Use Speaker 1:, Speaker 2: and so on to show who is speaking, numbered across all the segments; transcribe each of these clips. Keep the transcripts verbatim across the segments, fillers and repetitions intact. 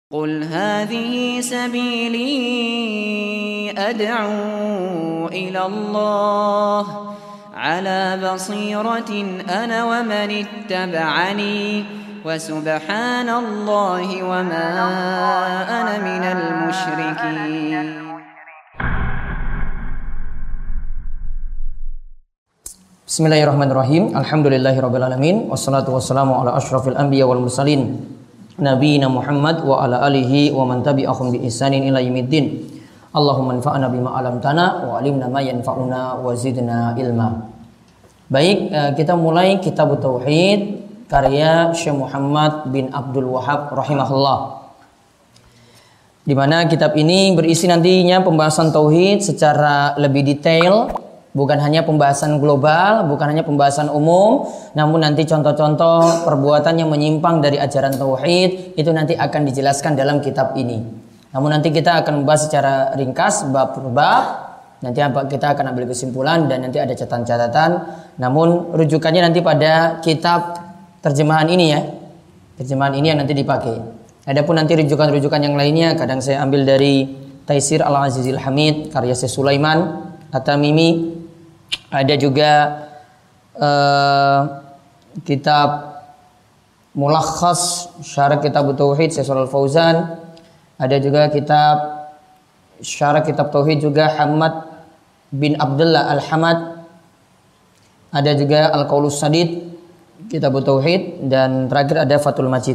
Speaker 1: قل هذه سبيلي أدعو إلى الله على بصيرة أنا ومن اتبعني وسبحان الله وما أنا من المشركين.
Speaker 2: Bismillahirrahmanirrahim. Alhamdulillahirabbil alamin wassalatu wassalamu ala asyrafil anbiya wal mursalin nabiyina Muhammad wa ala alihi wa man tabi'ahum bi ihsanin ila yaumiddin. Allahumma anfa'na bima 'allamtana wa 'allimna ma yanfa'una wa zidna ilma. Baik, kita mulai kitab tauhid karya Syekh Muhammad bin Abdul Wahhab rahimahullah. Di mana kitab ini berisi nantinya pembahasan tauhid secara lebih detail. Bukan hanya pembahasan global, bukan hanya pembahasan umum, namun nanti contoh-contoh perbuatan yang menyimpang dari ajaran tauhid itu nanti akan dijelaskan dalam kitab ini. Namun nanti kita akan membahas secara ringkas bab per bab. Nanti kita akan ambil kesimpulan dan nanti ada catatan-catatan. Namun rujukannya nanti pada kitab terjemahan ini ya. Terjemahan ini yang nanti dipakai. Adapun nanti rujukan-rujukan yang lainnya kadang saya ambil dari Taisir Al-Azizil Hamid karya Syekh Sulaiman At-Tamimi. Ada juga uh, kitab Mulakhas Syarah Kitab Tauhid Syekh Shalal Fauzan. Ada juga kitab Syarah Kitab Tauhid juga Hamad bin Abdullah Al-Hamad. Ada juga Al-Qaulus Sadid Kitab Tauhid, dan terakhir ada Fathul Majid.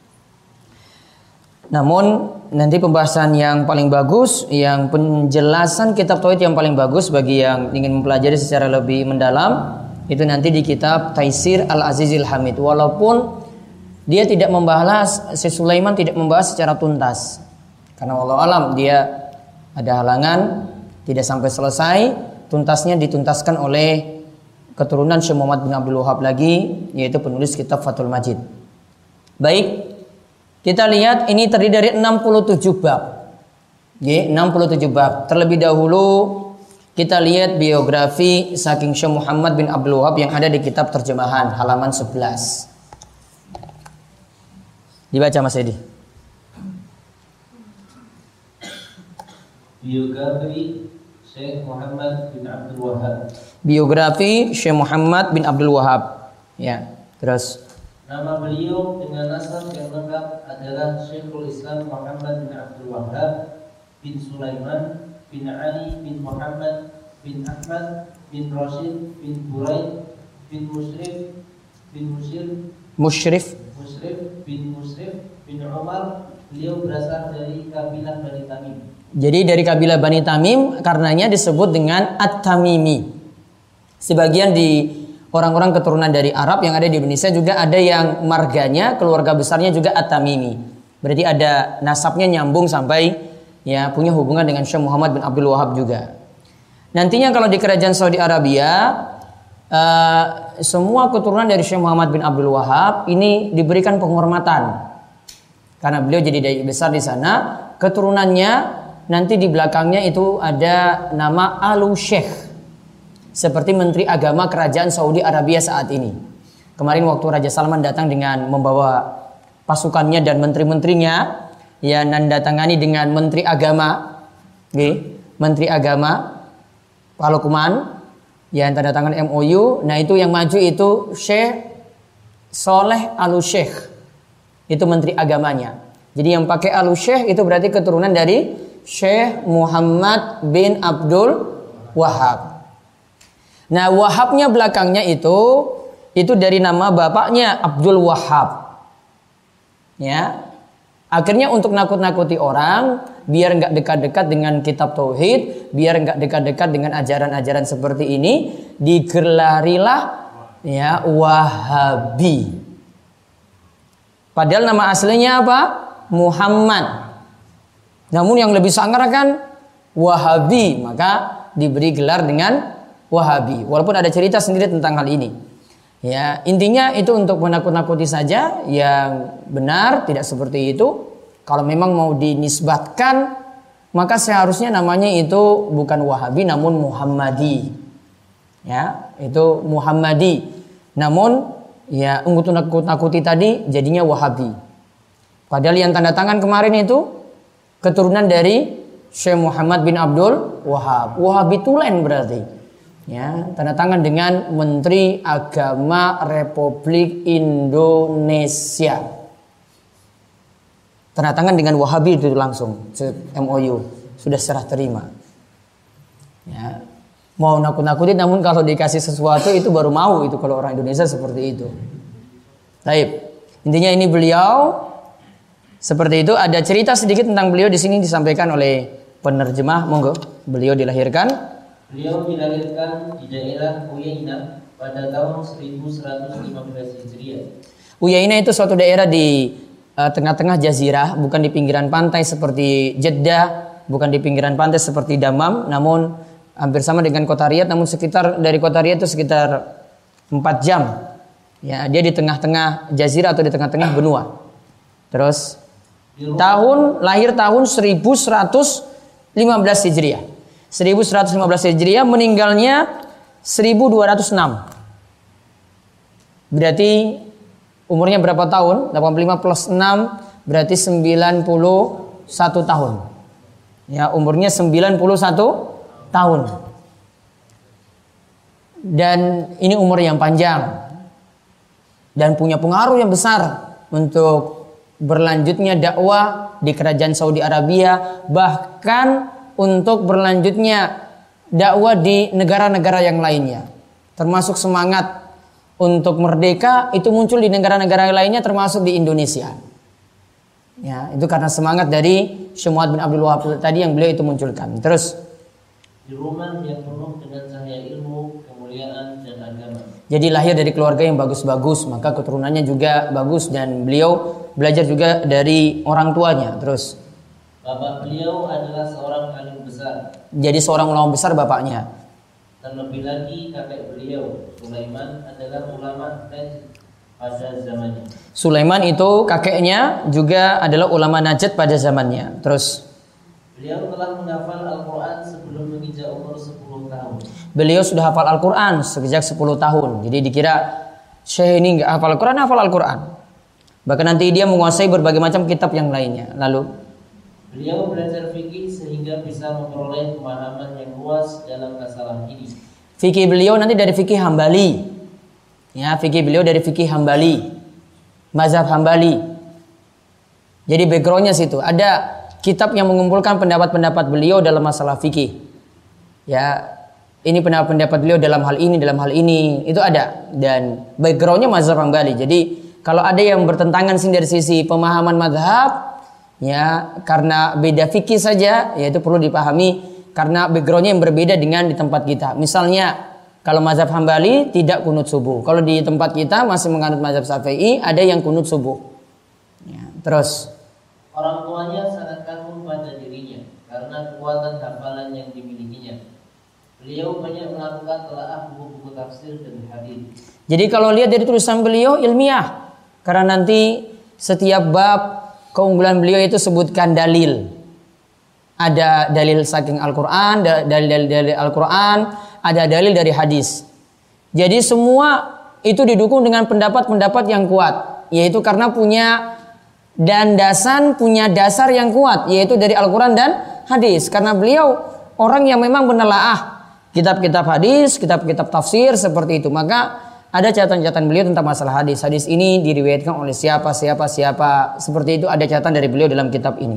Speaker 2: Namun nanti pembahasan yang paling bagus, yang penjelasan kitab tauhid yang paling bagus bagi yang ingin mempelajari secara lebih mendalam itu nanti di kitab Taisir Al-Azizil Hamid. Walaupun dia tidak membahas, Syekh Sulaiman tidak membahas secara tuntas. Karena wallahu alam dia ada halangan, tidak sampai selesai. Tuntasnya dituntaskan oleh keturunan Syekh Muhammad bin Abdul Wahhab lagi, yaitu penulis kitab Fathul Majid. Baik, kita lihat ini terdiri dari enam puluh tujuh bab. Oke, enam puluh tujuh bab. Terlebih dahulu kita lihat biografi saking Syekh Muhammad bin Abdul Wahhab yang ada di kitab terjemahan halaman sebelas. Dibaca Mas Edi.
Speaker 3: Biografi Syekh Muhammad bin Abdul Wahhab.
Speaker 2: Biografi Syekh Muhammad bin Abdul Wahhab. Ya, terus
Speaker 3: nama beliau dengan nasab yang lengkap adalah Syekhul Islam Muhammad bin Abdul Wahhab bin Sulaiman bin Ali bin Muhammad bin Ahmad bin Rashid bin Buraid bin Musrif bin Musir
Speaker 2: Musyrif
Speaker 3: Musrif bin Musrif bin Umar. Beliau berasal dari kabilah Bani Tamim.
Speaker 2: Jadi dari kabilah Bani Tamim, karenanya disebut dengan At-Tamimi. Sebagian di orang-orang keturunan dari Arab yang ada di Indonesia juga ada yang marganya, keluarga besarnya juga At-Tamimi. Berarti ada nasabnya nyambung sampai ya punya hubungan dengan Syekh Muhammad bin Abdul Wahhab juga. Nantinya kalau di kerajaan Saudi Arabia, uh, semua keturunan dari Syekh Muhammad bin Abdul Wahhab ini diberikan penghormatan. Karena beliau jadi dai besar di sana, keturunannya nanti di belakangnya itu ada nama Alu Syekh. Seperti Menteri Agama Kerajaan Saudi Arabia saat ini. Kemarin waktu Raja Salman datang dengan membawa pasukannya dan menteri-menterinya, ya nandatangani dengan Menteri Agama, okay, Menteri Agama Pak Lukman, ya tanda tangan M O U. Nah itu yang maju itu Syekh Soleh Alu Syekh, itu Menteri Agamanya. Jadi yang pakai Alu Syekh itu berarti keturunan dari Syekh Muhammad bin Abdul Wahhab. Nah, Wahabnya belakangnya itu itu dari nama bapaknya Abdul Wahhab. Ya. Akhirnya untuk nakut-nakuti orang, biar enggak dekat-dekat dengan kitab tauhid, biar enggak dekat-dekat dengan ajaran-ajaran seperti ini, digelarilah ya Wahabi. Padahal nama aslinya apa? Muhammad. Namun yang lebih sangar kan Wahabi, maka diberi gelar dengan Wahabi. Walaupun ada cerita sendiri tentang hal ini. Ya, intinya itu untuk menakut-nakuti saja, yang benar tidak seperti itu. Kalau memang mau dinisbatkan, maka seharusnya namanya itu bukan Wahabi namun Muhammadi. Ya, itu Muhammadi. Namun ya untuk nakut-nakuti tadi jadinya Wahabi. Padahal yang tanda tangan kemarin itu keturunan dari Syekh Muhammad bin Abdul Wahab. Wahabi tulen berarti. Ya, tanda tangan dengan Menteri Agama Republik Indonesia. Tanda tangan dengan Wahabi itu langsung M O U, sudah serah terima. Ya. Mau nakut-nakutin, namun kalau dikasih sesuatu itu baru mau itu kalau orang Indonesia seperti itu. Baik. Intinya ini beliau seperti itu. Ada cerita sedikit tentang beliau di sini disampaikan oleh penerjemah. Monggo. Beliau dilahirkan.
Speaker 3: Beliau dilahirkan di daerah Uyainah pada tahun seribu seratus lima belas Hijriah.
Speaker 2: Uyainah itu suatu daerah di uh, tengah-tengah jazirah, bukan di pinggiran pantai seperti Jeddah, bukan di pinggiran pantai seperti Damam, namun hampir sama dengan kota Riyadh, namun sekitar dari kota Riyadh itu sekitar empat jam. Ya, dia di tengah-tengah jazirah atau di tengah-tengah benua. Terus tahun lahir tahun seribu seratus lima belas Hijriah. seribu seratus lima belas Hijriah, meninggalnya seribu dua ratus enam. Berarti umurnya berapa tahun? delapan puluh lima plus enam berarti sembilan puluh satu tahun. Ya, umurnya sembilan puluh satu tahun. Dan ini umur yang panjang dan punya pengaruh yang besar untuk berlanjutnya dakwah di kerajaan Saudi Arabia, bahkan untuk berlanjutnya dakwah di negara-negara yang lainnya. Termasuk semangat untuk merdeka itu muncul di negara-negara lainnya, termasuk di Indonesia. Ya, itu karena semangat dari Syekh Muhammad bin Abdul Wahab tadi yang beliau itu munculkan. Terus
Speaker 3: di rumah yang penuh dengan cahaya ilmu, kemuliaan dan agama.
Speaker 2: Jadi lahir dari keluarga yang bagus-bagus, maka keturunannya juga bagus dan beliau belajar juga dari orang tuanya. Terus
Speaker 3: bapak beliau adalah seorang alim besar.
Speaker 2: Jadi seorang ulama besar bapaknya.
Speaker 3: Terlebih lagi kakek beliau Sulaiman adalah ulama Najd pada zamannya.
Speaker 2: Sulaiman itu kakeknya juga adalah ulama Najd pada zamannya. Terus
Speaker 3: beliau telah menghafal Al-Quran sebelum menginjak umur sepuluh tahun.
Speaker 2: Beliau sudah hafal Al-Quran sejak sepuluh tahun. Jadi dikira Syekh ini nggak hafal Al-Quran, hafal Al-Quran. Bahkan nanti dia menguasai berbagai macam kitab yang lainnya. Lalu
Speaker 3: beliau belajar fikih sehingga bisa memperoleh pemahaman yang luas dalam masalah ini.
Speaker 2: Fikih beliau nanti dari fikih Hambali. Ya, fikih beliau dari fikih Hambali, mazhab Hambali. Jadi backgroundnya situ. Ada kitab yang mengumpulkan pendapat-pendapat beliau dalam masalah fikih. Ya, ini pendapat-pendapat beliau dalam hal ini, dalam hal ini, itu ada. Dan backgroundnya mazhab Hambali. Jadi kalau ada yang bertentangan sih dari sisi pemahaman mazhab, ya karena beda fikih saja, ya itu perlu dipahami karena backgroundnya yang berbeda dengan di tempat kita. Misalnya kalau mazhab Hambali tidak kunut subuh, kalau di tempat kita masih menganut mazhab Syafi'i ada yang kunut subuh. Ya, terus
Speaker 3: orang tuanya sangat kagum pada dirinya karena kekuatan hafalan yang dimilikinya. Beliau banyak melakukan telaah buku-buku tafsir dan hadis. Jadi
Speaker 2: kalau lihat dari tulisan beliau ilmiah, karena nanti setiap bab keunggulan beliau itu sebutkan dalil. Ada dalil saking Al-Quran, dalil dari Al-Quran, ada dalil dari hadis. Jadi semua itu didukung dengan pendapat-pendapat yang kuat, yaitu karena punya dan dasar punya dasar yang kuat, yaitu dari Al-Quran dan hadis. Karena beliau orang yang memang menelaah kitab-kitab hadis, kitab-kitab tafsir seperti itu. Maka ada catatan-catatan beliau tentang masalah hadis. Hadis ini diriwayatkan oleh siapa, siapa, siapa. Seperti itu ada catatan dari beliau dalam kitab ini.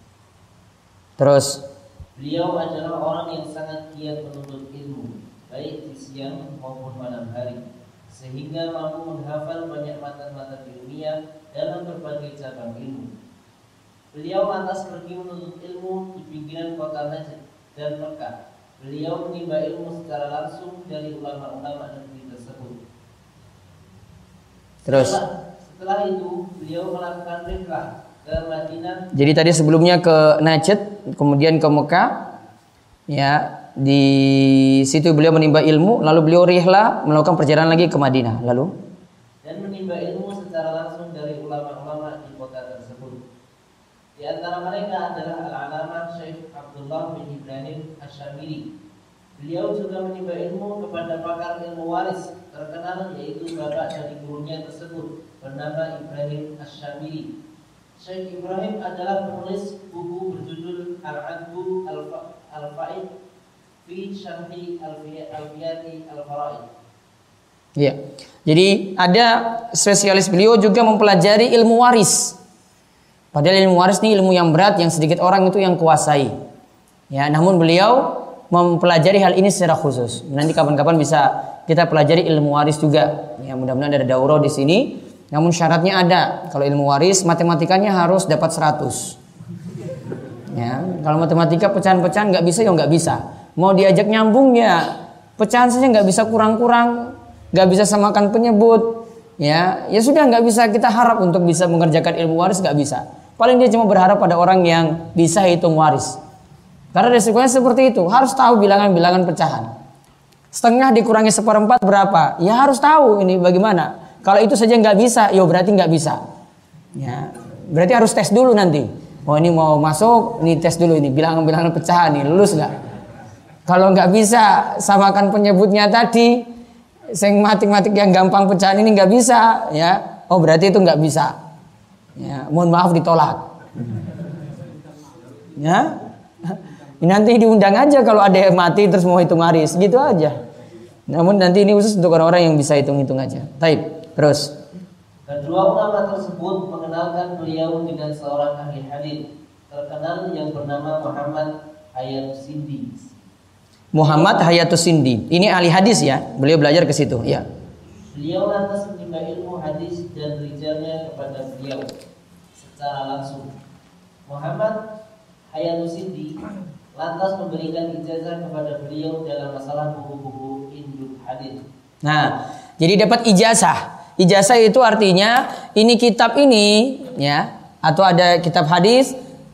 Speaker 2: Terus
Speaker 3: beliau adalah orang yang sangat giat menuntut ilmu, baik di siang maupun malam hari, sehingga mampu menghafal banyak matan-matan ilmiah dalam berbagai cabang ilmu. Beliau lantas pergi menuntut ilmu di pinggiran kota Najd dan Mekah. Beliau menimba ilmu secara langsung dari ulama-ulama negeri tersebut.
Speaker 2: Terus
Speaker 3: setelah, setelah itu beliau melakukan rihlah ke Madinah.
Speaker 2: Jadi tadi sebelumnya ke Najd, kemudian ke Mekah. Ya, di situ beliau menimba ilmu, lalu beliau rihlah melakukan perjalanan lagi ke Madinah, lalu
Speaker 3: dan menimba ilmu secara langsung dari ulama-ulama di kota tersebut. Di antara mereka adalah Al-Alamah Syekh Abdullah bin Ibrahim Asy-Syamiri. Beliau juga menimba ilmu kepada pakar ilmu waris terkenal, yaitu bapak dari gurunya tersebut bernama Ibrahim Asy-Syamiri, Syekh Ibrahim adalah penulis buku berjudul Al-Adbu Al-Faid fi Syarhi Al-Fiyati Al-Faraid.
Speaker 2: Ya. Jadi ada spesialis beliau juga mempelajari ilmu waris. Padahal ilmu waris ini ilmu yang berat yang sedikit orang itu yang kuasai. Ya, namun beliau mempelajari hal ini secara khusus. Nanti kapan-kapan bisa kita pelajari ilmu waris juga. Ya, mudah-mudahan ada daurah di sini. Namun syaratnya ada. Kalau ilmu waris matematikanya harus dapat seratus. Ya, kalau matematika pecahan-pecahan nggak bisa ya nggak bisa. Mau diajak nyambung ya pecahan saja nggak bisa kurang-kurang, nggak bisa samakan penyebut. Ya, ya sudah nggak bisa kita harap untuk bisa mengerjakan ilmu waris, nggak bisa. Paling dia cuma berharap pada orang yang bisa hitung waris. Karena resikonya seperti itu, harus tahu bilangan-bilangan pecahan. Setengah dikurangi seperempat berapa? Ya harus tahu ini bagaimana. Kalau itu saja nggak bisa, ya berarti nggak bisa. Ya, berarti harus tes dulu nanti. Oh ini mau masuk, ini tes dulu ini bilangan-bilangan pecahan nih, lulus nggak? Kalau nggak bisa samakan penyebutnya tadi, sing matematik yang gampang pecahan ini nggak bisa, ya. Oh berarti itu nggak bisa. Ya, mohon maaf ditolak. Ya. Nanti diundang aja kalau ada yang mati terus mau hitung waris, gitu aja. Namun nanti ini khusus untuk orang-orang yang bisa hitung-hitung aja. Taib, terus.
Speaker 3: Kedua ulama tersebut mengenalkan beliau dengan seorang ahli hadis terkenal yang bernama Muhammad Hayatus Sindi.
Speaker 2: Muhammad Hayatus Sindi. Ini ahli hadis ya. Beliau belajar ke situ, ya.
Speaker 3: Beliau lantas menimba ilmu hadis dan rijalnya kepada beliau secara langsung. Muhammad Hayatus Sindi lantas memberikan ijazah kepada beliau dalam masalah buku-buku induk hadis.
Speaker 2: Nah, jadi dapat ijazah. Ijazah itu artinya ini kitab ini, ya, atau ada kitab hadis.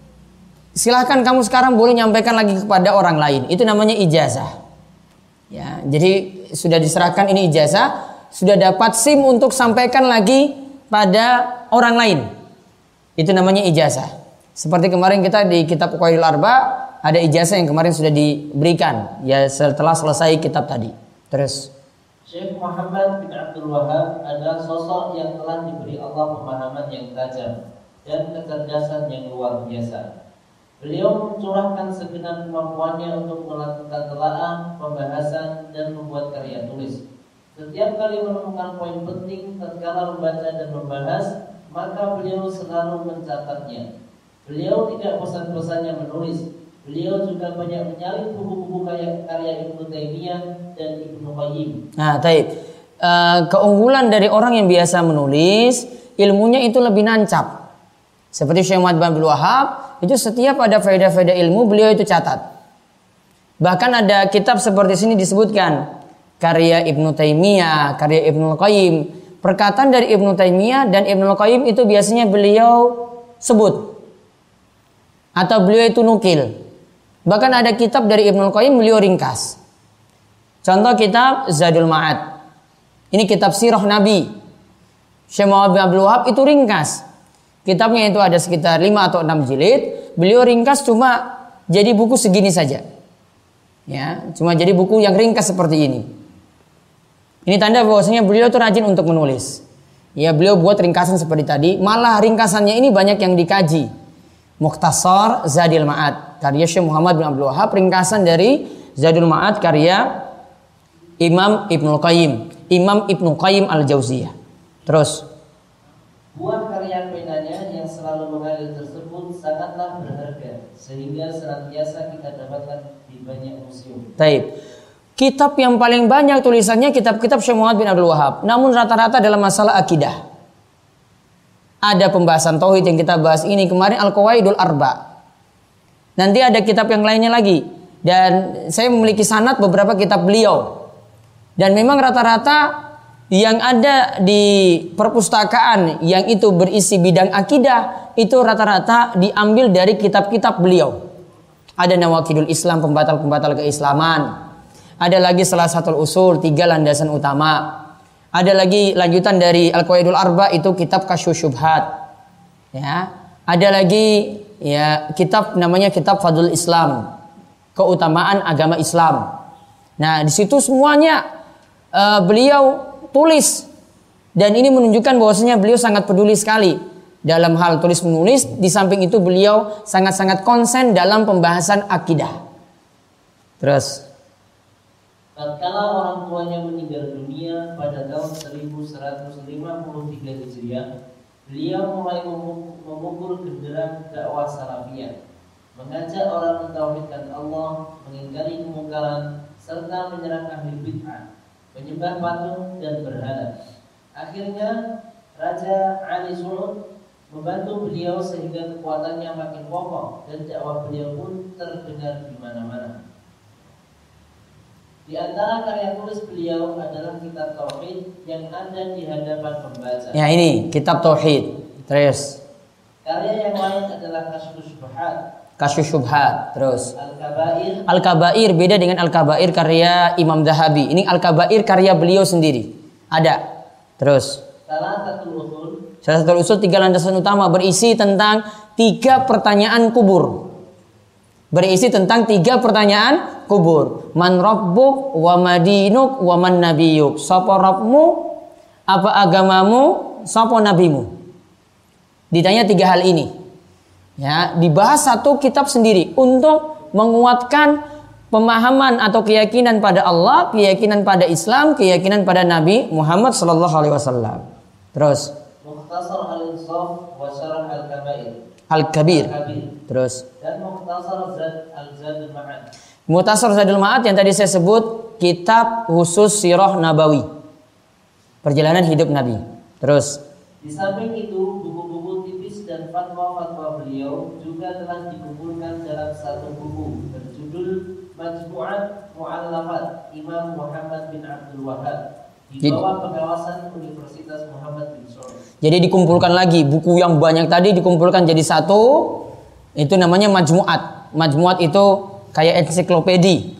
Speaker 2: Silahkan kamu sekarang boleh nyampaikan lagi kepada orang lain. Itu namanya ijazah. Ya, jadi sudah diserahkan ini ijazah, sudah dapat SIM untuk sampaikan lagi pada orang lain. Itu namanya ijazah. Seperti kemarin kita di kitab Qawaidul Arba ada ijazah yang kemarin sudah diberikan ya setelah selesai kitab tadi. Terus
Speaker 3: Syekh Muhammad bin Abdul Wahab adalah sosok yang telah diberi Allah pemahaman yang tajam dan kecerdasan yang luar biasa. Beliau mencurahkan segenap kemampuannya untuk melakukan telaah, pembahasan, dan membuat karya tulis. Setiap kali menemukan poin penting tatkala membaca dan membahas, maka beliau selalu mencatatnya. Beliau tidak bosan-bosannya menulis. Beliau juga banyak menyalin buku-buku karya Ibnu Taimiyah dan Ibnu Qayyim. Nah, taib. Uh, keunggulan dari orang yang biasa menulis, ilmunya itu lebih nancap. Seperti Syekh Muhammad bin Abdul Wahab, itu setiap ada faedah-faedah ilmu beliau itu catat. Bahkan ada kitab seperti sini disebutkan karya Ibnu Taimiyah, karya Ibnu Qayyim. Perkataan dari Ibnu Taimiyah dan Ibnu Qayyim itu biasanya beliau sebut atau beliau itu nukil. Bahkan ada kitab dari Ibnu Qayyim beliau ringkas. Contoh kitab Zadul Ma'ad. Ini kitab sirah Nabi. Syekh Muhammad bin Abdul Wahab itu ringkas. Kitabnya itu ada sekitar lima atau enam jilid. Beliau ringkas cuma jadi buku segini saja. Ya, cuma jadi buku yang ringkas seperti ini. Ini tanda bahwasanya beliau itu rajin untuk menulis. Ya, beliau buat ringkasan seperti tadi. Malah ringkasannya ini banyak yang dikaji. Mukhtasar Zadul Ma'ad karya Syekh Muhammad bin Abdul Wahab, ringkasan dari Zadul Ma'ad karya Imam Ibnu Qayyim, Imam Ibnu Qayyim Al-Jauziyah. Terus buah karya penanya yang selalu mengalir tersebut sangatlah berharga sehingga senantiasa kita dapatkan di banyak museum. Taib. Kitab yang paling banyak tulisannya kitab-kitab Syekh Muhammad bin Abdul Wahab, namun rata-rata dalam masalah akidah. Ada pembahasan tauhid yang kita bahas ini kemarin, Al-Qawaidul Arba. Nanti ada kitab yang lainnya lagi. Dan saya memiliki sanad beberapa kitab beliau. Dan memang rata-rata yang ada di perpustakaan yang itu berisi bidang akidah, itu rata-rata diambil dari kitab-kitab beliau. Ada Nawaqidul Islam, pembatal-pembatal keislaman. Ada lagi salah satu usul, tiga landasan utama. Ada lagi lanjutan dari Al-Qawaidul Arba, itu kitab Kasyfus Syubhat. Ya, ada lagi ya kitab namanya kitab Fadlul Islam, keutamaan agama Islam. Nah, di situ semuanya uh, beliau tulis, dan ini menunjukkan bahwasanya beliau sangat peduli sekali
Speaker 2: dalam hal tulis menulis. Di samping itu beliau sangat-sangat konsen dalam pembahasan akidah. Terus
Speaker 3: tatkala orang tuanya meninggal dunia pada tahun seribu seratus lima puluh tiga Hijriah, beliau mulai memukul genderang dakwah salafiyah, mengajak orang mentauhidkan Allah, mengingkari kemungkaran, serta menyerang ahli bid'ah, menyembah patung dan berhala. Akhirnya Raja Ali Saud membantu beliau sehingga kekuatannya makin kokoh dan dakwah beliau pun terdengar di mana-mana. Di antara karya tulis beliau adalah kitab Tauhid yang ada di hadapan pembaca.
Speaker 2: Ya, ini kitab Tauhid. Terus
Speaker 3: karya yang lain adalah Kasyfus Syubhat.
Speaker 2: Kasyfus Syubhat. Terus
Speaker 3: Al-Kabair.
Speaker 2: Al-Kabair beda dengan Al-Kabair karya Imam Zahabi. Ini Al-Kabair karya beliau sendiri. Ada. Terus
Speaker 3: Salasatul Usul.
Speaker 2: Salasatul Usul, tiga landasan utama, berisi tentang tiga pertanyaan kubur. Berisi tentang tiga pertanyaan kubur. Man rabbuk wa madinuk wa man nabiyuk. Sapa Rabbmu, apa agamamu, sapa nabimu. Ditanya tiga hal ini. Ya, dibahas satu kitab sendiri untuk menguatkan pemahaman atau keyakinan pada Allah, keyakinan pada Islam, keyakinan pada Nabi Muhammad sallallahu alaihi wasallam. Terus
Speaker 3: Mukhtasar Al-Insaf wa Syarah Al-Kabair.
Speaker 2: Al-Kabir.
Speaker 3: Al-Kabir.
Speaker 2: Terus
Speaker 3: Dan Mukhtasar Zad Al-Zadul Ma'ad.
Speaker 2: Mukhtasar Zadul Ma'ad yang tadi saya sebut kitab khusus sirah nabawi, perjalanan hidup Nabi. Terus
Speaker 3: di samping itu buku-buku tipis dan fatwa-fatwa beliau juga telah dikumpulkan dalam satu buku berjudul Majmu'at Mu'allafat Imam Muhammad bin Abdul Wahhab di bawah pengawasan Universitas Muhammad bin Shalih.
Speaker 2: Jadi dikumpulkan lagi buku yang banyak tadi dikumpulkan jadi satu, itu namanya Majmu'at. Majmu'at itu kayak ensiklopedi,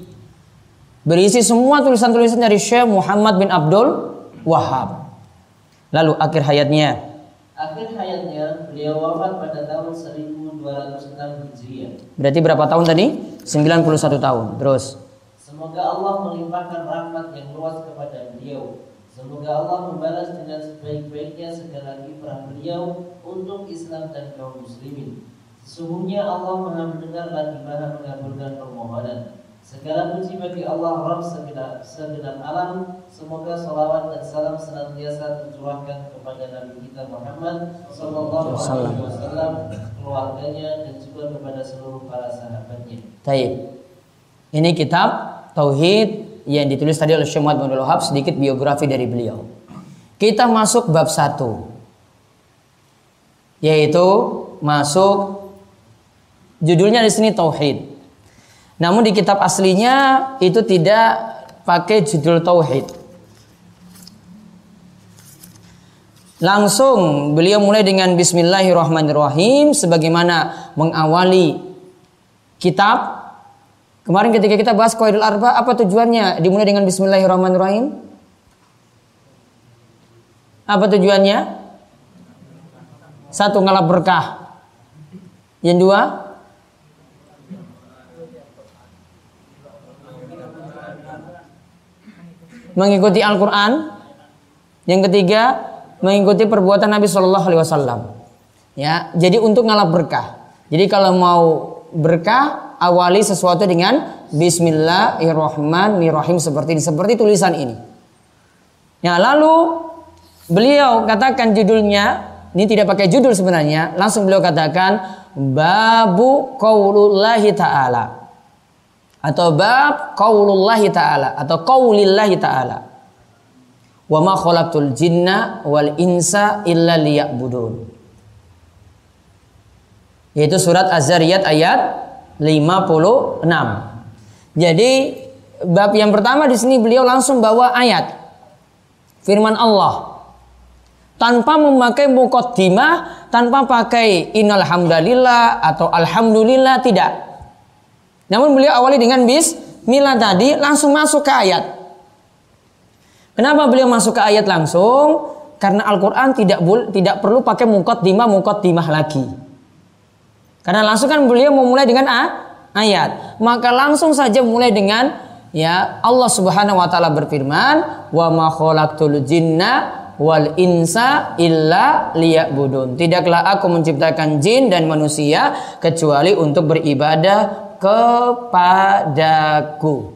Speaker 2: berisi semua tulisan-tulisan dari Syekh Muhammad bin Abdul Wahhab. Lalu akhir hayatnya.
Speaker 3: Akhir hayatnya beliau wafat pada tahun seribu dua ratus enam Hijriah.
Speaker 2: Berarti berapa tahun tadi? sembilan puluh satu tahun. Terus
Speaker 3: semoga Allah melimpahkan rahmat yang luas kepada beliau. Semoga Allah membalas dengan sebaik-baiknya segala kiprah beliau untuk Islam dan kaum muslimin. Sesungguhnya Allah Maha mendengar lagi Maha mengabulkan permohonan. Segala puji bagi Allah Rabb segenap, segenap alam. Semoga salawat dan salam senantiasa tercurahkan kepada Nabi kita Muhammad sallallahu alaihi wasallam, keluarganya dan juga kepada seluruh para sahabatnya.
Speaker 2: Taib. Ini kitab Tauhid yang ditulis tadi oleh Syekh Muhammad bin Abdul Wahhab, sedikit biografi dari beliau. Kita masuk bab satu, yaitu masuk judulnya di sini Tauhid. Namun di kitab aslinya itu tidak pakai judul Tauhid. Langsung beliau mulai dengan Bismillahirrahmanirrahim sebagaimana mengawali kitab. Kemarin ketika kita bahas Qawaidul Arba, apa tujuannya dimulai dengan Bismillahirrahmanirrahim? Apa tujuannya? Satu, ngalap berkah. Yang dua, mengikuti Al-Quran. Yang ketiga, mengikuti perbuatan Nabi Shallallahu Alaihi Wasallam. Ya, jadi untuk ngalap berkah. Jadi kalau mau berkah, awali sesuatu dengan Bismillahirrahmanirrahim seperti ini, seperti tulisan ini. Ya, lalu beliau katakan judulnya, ini tidak pakai judul sebenarnya, langsung beliau katakan Babu Qaulullahi Ta'ala, atau bab Qaulullahi Ta'ala, atau Qaulillahi Ta'ala. Wa ma khalaqtul jinna wal insa illa liya'budun. Yaitu surat Az-Zariyat ayat lima puluh enam. Jadi bab yang pertama di sini beliau langsung bawa ayat firman Allah tanpa memakai muqaddimah, tanpa pakai innal hamdalillah atau alhamdulillah, tidak. Namun beliau awali dengan bismillah tadi, langsung masuk ke ayat. Kenapa beliau masuk ke ayat langsung? Karena Al-Qur'an tidak tidak perlu pakai muqaddimah muqaddimah lagi. Karena langsung kan beliau memulai dengan a, ayat, maka langsung saja mulai dengan ya Allah Subhanahu wa taala berfirman, "Wa ma khalaqtul jinna wal insa illa liya'budun. Tidaklah aku menciptakan jin dan manusia kecuali untuk beribadah kepadaku.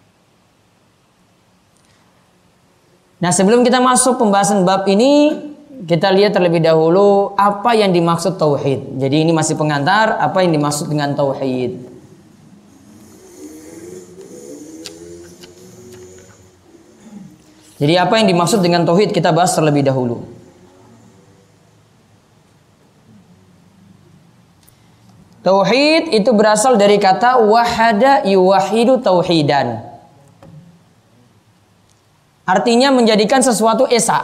Speaker 2: Nah, sebelum kita masuk pembahasan bab ini, kita lihat terlebih dahulu apa yang dimaksud tauhid. Jadi ini masih pengantar apa yang dimaksud dengan tauhid. Jadi apa yang dimaksud dengan tauhid kita bahas terlebih dahulu. Tauhid itu berasal dari kata wahada yuwahidu tauhidan. Artinya menjadikan sesuatu esa.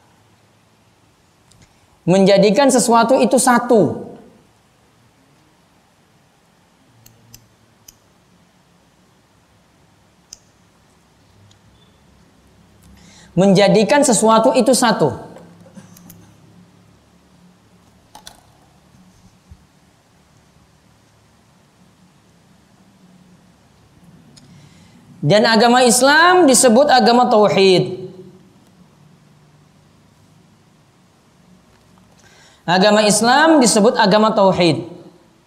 Speaker 2: Menjadikan sesuatu itu satu. Menjadikan sesuatu itu satu. Dan agama Islam disebut agama tauhid. Agama Islam disebut agama tauhid.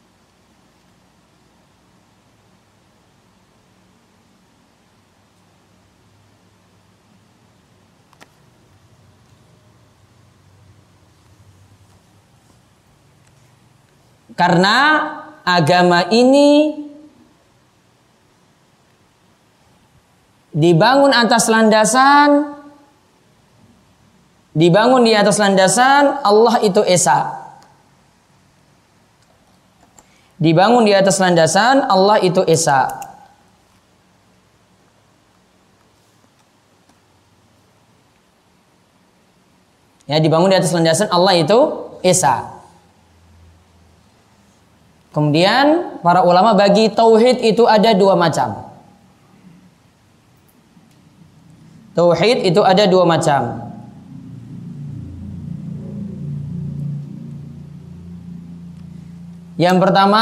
Speaker 2: Karena agama ini dibangun atas landasan dibangun di atas landasan Allah itu esa. Dibangun di atas landasan Allah itu esa. Ya, dibangun di atas landasan Allah itu esa. Kemudian para ulama bagi tauhid itu ada dua macam. Tauhid itu ada dua macam. Yang pertama,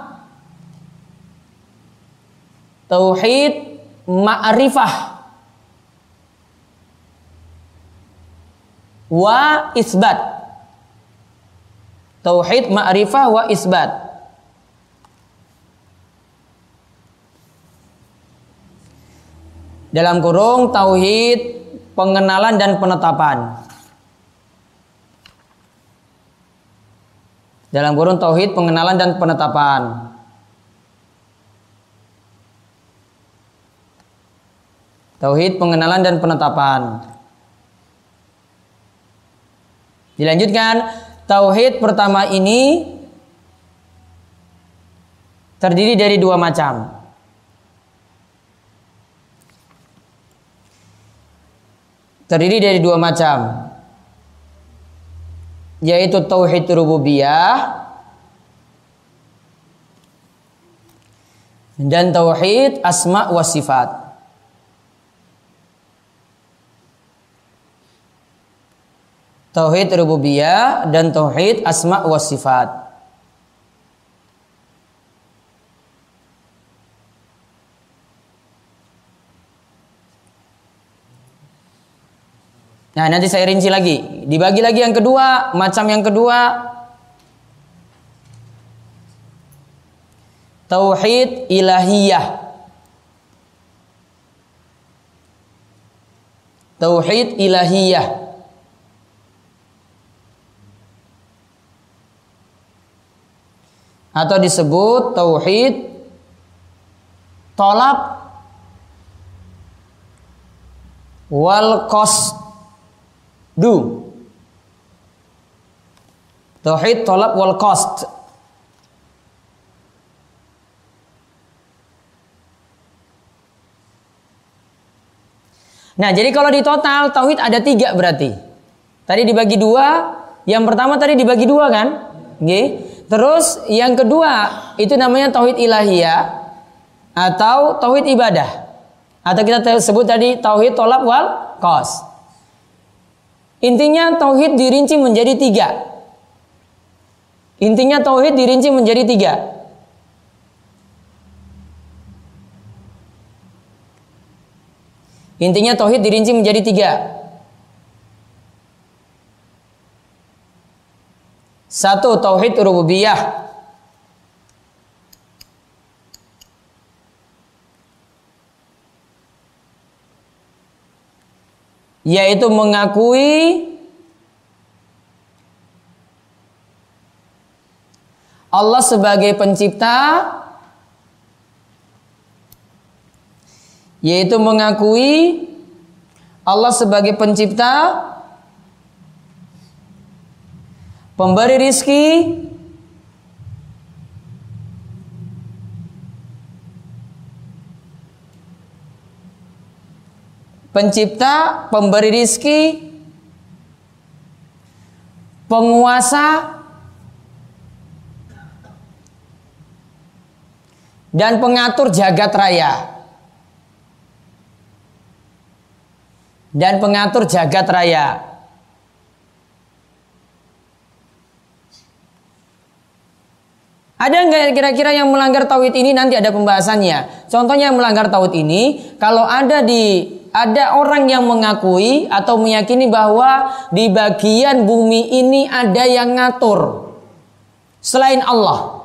Speaker 2: tauhid ma'rifah wa isbat. Tauhid ma'rifah wa isbat. Dalam kurung tauhid pengenalan dan penetapan. Dalam kurung tauhid pengenalan dan penetapan. Tauhid pengenalan dan penetapan. Dilanjutkan, tauhid pertama ini terdiri dari dua macam. Terdiri dari dua macam, yaitu tauhid rububiyah dan tauhid asma wa sifat. Tauhid rububiyah dan tauhid asma wa sifat. Nah, nanti saya rinci lagi. Dibagi lagi yang kedua, macam yang kedua, tauhid ilahiyah. Tauhid ilahiyah. Atau disebut tauhid tolab wal qasd. Du. Tauhid tolab wal qasd. Nah, jadi kalau di total tauhid ada tiga berarti. Tadi dibagi dua. Yang pertama tadi dibagi dua kan? Oke. Terus yang kedua itu namanya tauhid ilahiyah atau tauhid ibadah. Atau kita sebut tadi tauhid tolab wal qasd. Intinya tauhid dirinci menjadi tiga. Intinya tauhid dirinci menjadi tiga. Intinya tauhid dirinci menjadi tiga. Satu, tauhid rububiyah. Yaitu mengakui Allah sebagai pencipta, yaitu mengakui Allah sebagai pencipta, pemberi rizki, pencipta, pemberi rizki, penguasa, dan pengatur jagat raya. Dan pengatur jagat raya. Ada nggak kira-kira yang melanggar tauhid ini? Nanti ada pembahasannya. Contohnya yang melanggar tauhid ini, kalau ada di ada orang yang mengakui atau meyakini bahwa di bagian bumi ini ada yang ngatur selain Allah.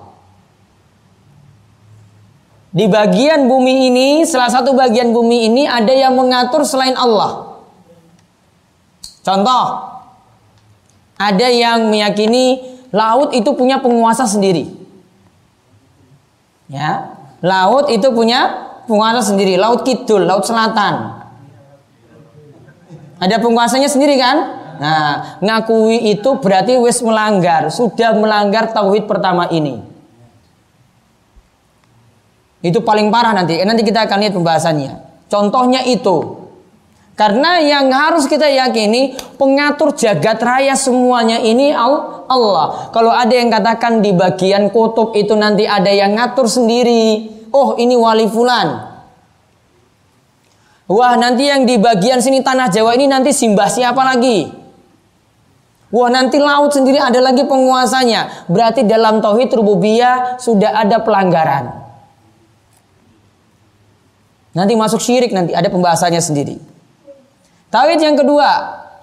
Speaker 2: Di bagian bumi ini, salah satu bagian bumi ini ada yang mengatur selain Allah. Contoh, ada yang meyakini laut itu punya penguasa sendiri. Ya, laut itu punya penguasa sendiri. Laut Kidul, laut Selatan. Ada penguasanya sendiri kan? Nah, ngakui itu berarti wis melanggar, sudah melanggar tauhid pertama ini. Itu paling parah nanti. Nanti kita akan lihat pembahasannya. Contohnya itu. Karena yang harus kita yakini pengatur jagat raya semuanya ini Allah. Kalau ada yang katakan di bagian kutub itu nanti ada yang ngatur sendiri. Oh, ini wali fulan. Wah, nanti yang di bagian sini tanah Jawa ini nanti simbah siapa lagi? Wah, nanti laut sendiri ada lagi penguasanya. Berarti dalam tauhid rububiyah sudah ada pelanggaran. Nanti masuk syirik, nanti ada pembahasannya sendiri. Tauhid yang kedua,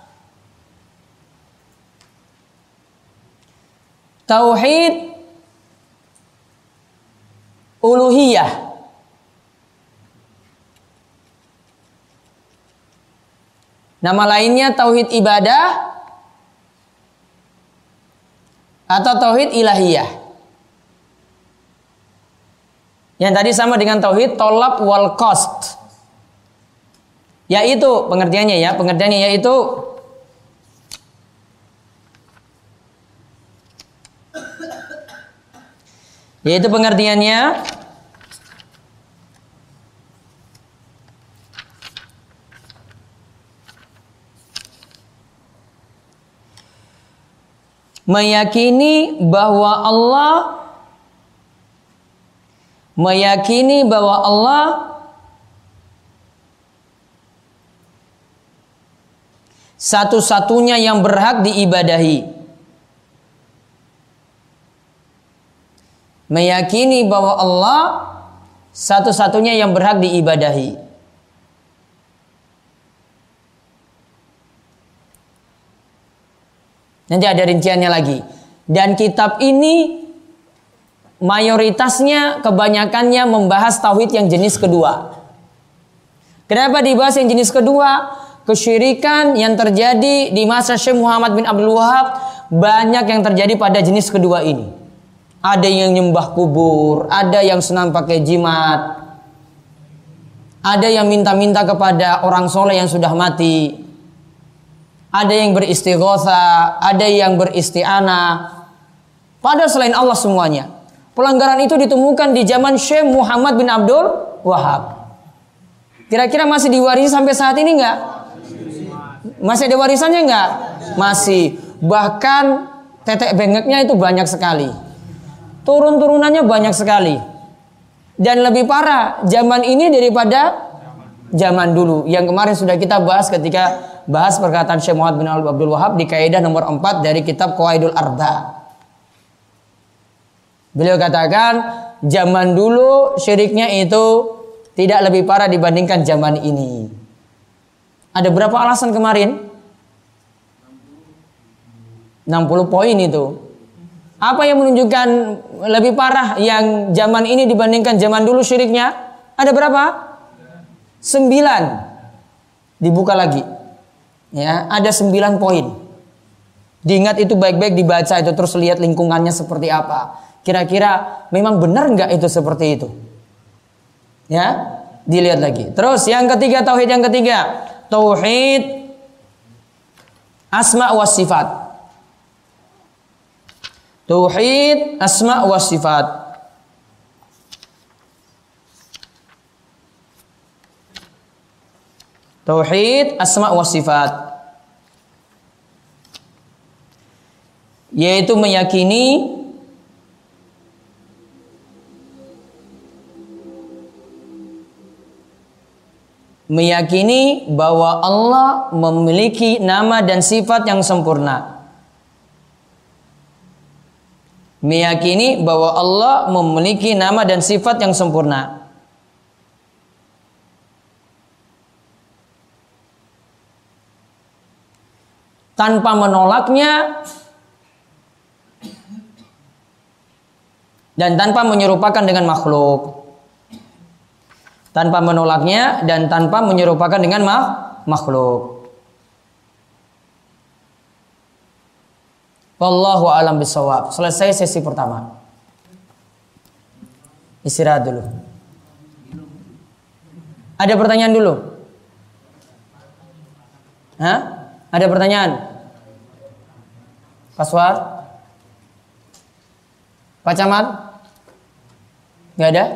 Speaker 2: tauhid uluhiyah. Nama lainnya tauhid ibadah atau tauhid ilahiyah. Yang tadi sama dengan tauhid tolab wal qasd. Yaitu pengertiannya ya, pengertiannya yaitu yaitu pengertiannya meyakini bahwa Allah meyakini bahwa Allah satu-satunya yang berhak diibadahi. Meyakini bahwa Allah satu-satunya yang berhak diibadahi. Nanti ada rinciannya lagi. Dan kitab ini mayoritasnya, kebanyakannya membahas tauhid yang jenis kedua. Kenapa dibahas yang jenis kedua? Kesyirikan yang terjadi di masa Syekh Muhammad bin Abdul Wahab banyak yang terjadi pada jenis kedua ini. Ada yang nyembah kubur, ada yang senang pakai jimat, ada yang minta-minta kepada orang soleh yang sudah mati, ada yang beristighosa, ada yang beristi'anah, padahal selain Allah semuanya. Pelanggaran itu ditemukan di zaman Syekh Muhammad bin Abdul Wahab. Kira-kira masih diwarisi sampai saat ini enggak? Masih ada warisannya enggak? Masih. Bahkan tetek bengeknya itu banyak sekali. Turun-turunannya banyak sekali. Dan lebih parah zaman ini daripada zaman dulu. Yang kemarin sudah kita bahas ketika bahas perkataan Syekh Muhammad bin Abdul Wahab di kaidah nomor empat dari kitab Qawaidul Arba. Beliau katakan zaman dulu syiriknya itu tidak lebih parah dibandingkan zaman ini. Ada berapa alasan kemarin? enam puluh poin itu. Apa yang menunjukkan lebih parah yang zaman ini dibandingkan zaman dulu syiriknya? Ada berapa? Sembilan. Dibuka lagi. Ya, ada sembilan poin. Diingat itu baik-baik, dibaca itu, terus lihat lingkungannya seperti apa. Kira-kira memang benar nggak itu seperti itu? Ya, dilihat lagi. Terus yang ketiga, tauhid yang ketiga, tauhid asma wa sifat. Tauhid asma wa sifat. Tauhid asma wa sifat, yaitu meyakini meyakini bahwa Allah memiliki nama dan sifat yang sempurna. Meyakini bahwa Allah memiliki nama dan sifat yang sempurna. Tanpa menolaknya dan tanpa menyerupakan dengan makhluk. Tanpa menolaknya dan tanpa menyerupakan dengan makhluk. Wallahu a'lam bishawab. Selesai sesi pertama. Istirahat dulu. Ada pertanyaan dulu? Hah? Ada pertanyaan? Paswar? Pak Camat? Gak ada?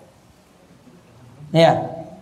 Speaker 2: Ya.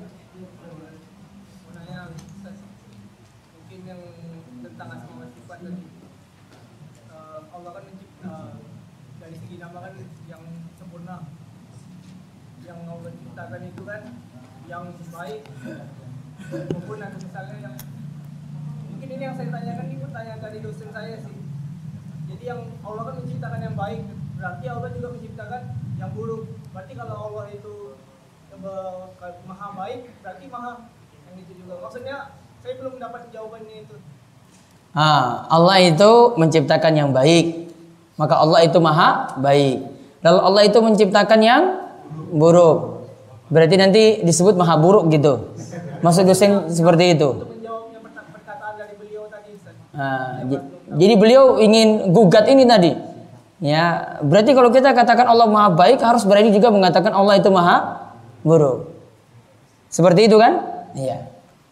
Speaker 4: Mungkin yang tentang asma wa sifat tadi, Allah kan mencipta dari segi nama kan yang sempurna, yang Allah ciptakan itu kan yang baik maupun ada misalnya yang mungkin ini yang saya tanyakan ini pertanyaan dari dosen saya sih. Jadi yang Allah kan menciptakan yang baik, berarti Allah juga menciptakan yang buruk. Berarti kalau Allah itu maha baik, berarti maha yang itu juga. Maksudnya saya belum mendapat jawabannya itu.
Speaker 2: Ah, Allah itu menciptakan yang baik, maka Allah itu maha baik. Lalu Allah itu menciptakan yang buruk, berarti nanti disebut maha buruk gitu. Maksud dosen seperti itu.
Speaker 4: Untuk menjawabnya perkataan dari beliau tadi.
Speaker 2: Ah, j- jadi beliau ingin gugat ini tadi. Ya, berarti kalau kita katakan Allah maha baik, harus berarti juga mengatakan Allah itu maha buruk. Seperti itu kan? Iya.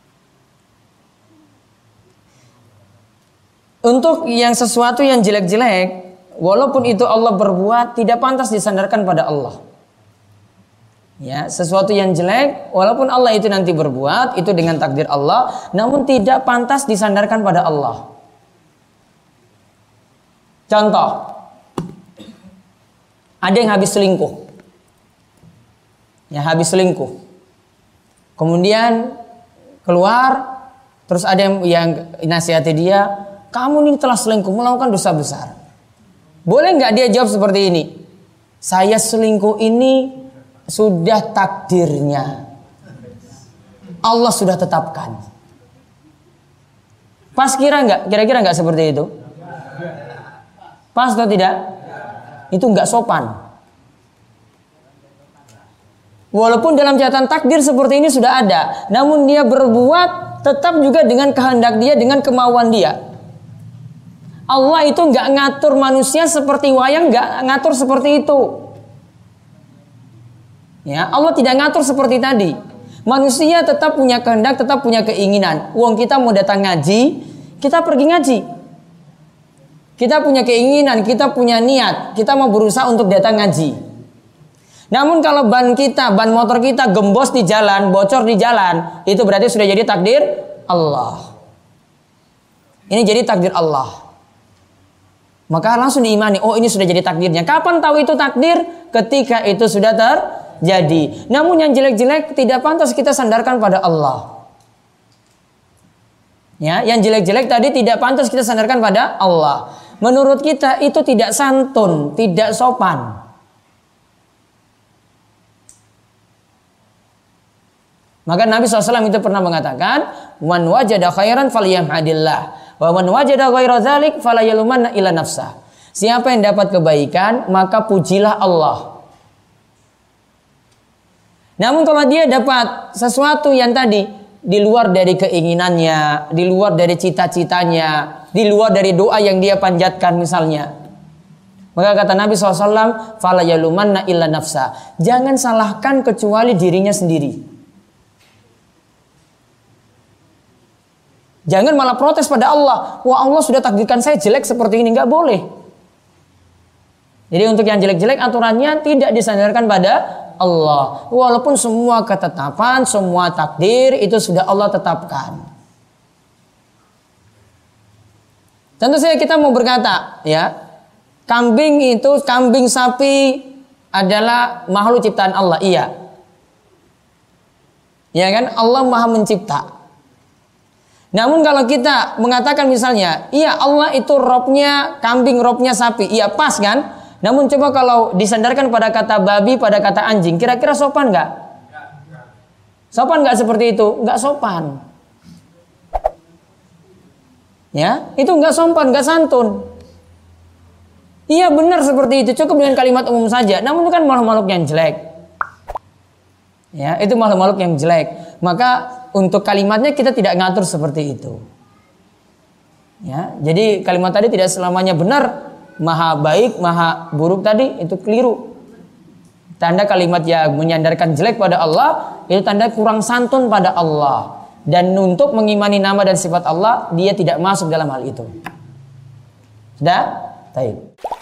Speaker 2: Untuk yang sesuatu yang jelek-jelek, walaupun itu Allah berbuat, tidak pantas disandarkan pada Allah. Ya, sesuatu yang jelek, walaupun Allah itu nanti berbuat, itu dengan takdir Allah, namun tidak pantas disandarkan pada Allah. Contoh, ada yang habis selingkuh. Ya, habis selingkuh. Kemudian keluar, terus ada yang, yang nasihati dia, kamu ini telah selingkuh, melakukan dosa besar. Boleh nggak dia jawab seperti ini? Saya selingkuh ini sudah takdirnya, Allah sudah tetapkan. Pas kira nggak? Kira-kira nggak seperti itu? Pas atau tidak? Itu nggak sopan. Walaupun dalam catatan takdir seperti ini sudah ada, namun dia berbuat tetap juga dengan kehendak dia, dengan kemauan dia. Allah itu nggak ngatur manusia seperti wayang, nggak ngatur seperti itu. Ya, Allah tidak ngatur seperti tadi. Manusia tetap punya kehendak, tetap punya keinginan. Uang kita mau datang ngaji, kita pergi ngaji. Kita punya keinginan, kita punya niat, kita mau berusaha untuk datang ngaji. Namun kalau ban kita, ban motor kita gembos di jalan, bocor di jalan, itu berarti sudah jadi takdir Allah. Ini jadi takdir Allah. Maka langsung diimani, oh ini sudah jadi takdirnya. Kapan tahu itu takdir? Ketika itu sudah terjadi. Namun yang jelek-jelek tidak pantas kita sandarkan pada Allah. Ya, yang jelek-jelek tadi tidak pantas kita sandarkan pada Allah. Menurut kita itu tidak santun, tidak sopan. Maka Nabi shallallahu alaihi wasallam itu pernah mengatakan, "Man wajada khairan falyahmadillah, wa man wajada ghaira dzalik fala yalumanna illa nafsah." Siapa yang dapat kebaikan, maka pujilah Allah. Namun kalau dia dapat sesuatu yang tadi di luar dari keinginannya, di luar dari cita-citanya, di luar dari doa yang dia panjatkan misalnya, maka kata Nabi shallallahu alaihi wasallam, "Fala yalumanna illa nafsa." Jangan salahkan kecuali dirinya sendiri. Jangan malah protes pada Allah. Wah, Allah sudah takdirkan saya jelek seperti ini, nggak boleh. Jadi untuk yang jelek-jelek aturannya tidak disandarkan pada Allah. Walaupun semua ketetapan, semua takdir itu sudah Allah tetapkan. Tentu saja kita mau berkata, ya, kambing itu, kambing sapi adalah makhluk ciptaan Allah. Iya. Ya kan? Allah Maha mencipta. Namun kalau kita mengatakan misalnya, iya Allah itu robnya kambing, robnya sapi. Iya pas kan? Namun coba kalau disandarkan pada kata babi, pada kata anjing, kira-kira sopan nggak? Sopan nggak seperti itu? Nggak sopan. Ya, itu nggak sopan, nggak santun. Iya benar seperti itu, cukup dengan kalimat umum saja. Namun itu kan makhluk-makhluk yang jelek. Ya, itu makhluk-makhluk yang jelek. Maka untuk kalimatnya kita tidak ngatur seperti itu. Ya, jadi kalimat tadi tidak selamanya benar. Maha baik, maha buruk tadi itu keliru. Tanda kalimat yang menyandarkan jelek pada Allah itu tanda kurang santun pada Allah. Dan untuk mengimani nama dan sifat Allah, dia tidak masuk dalam hal itu. Sudah? Baik.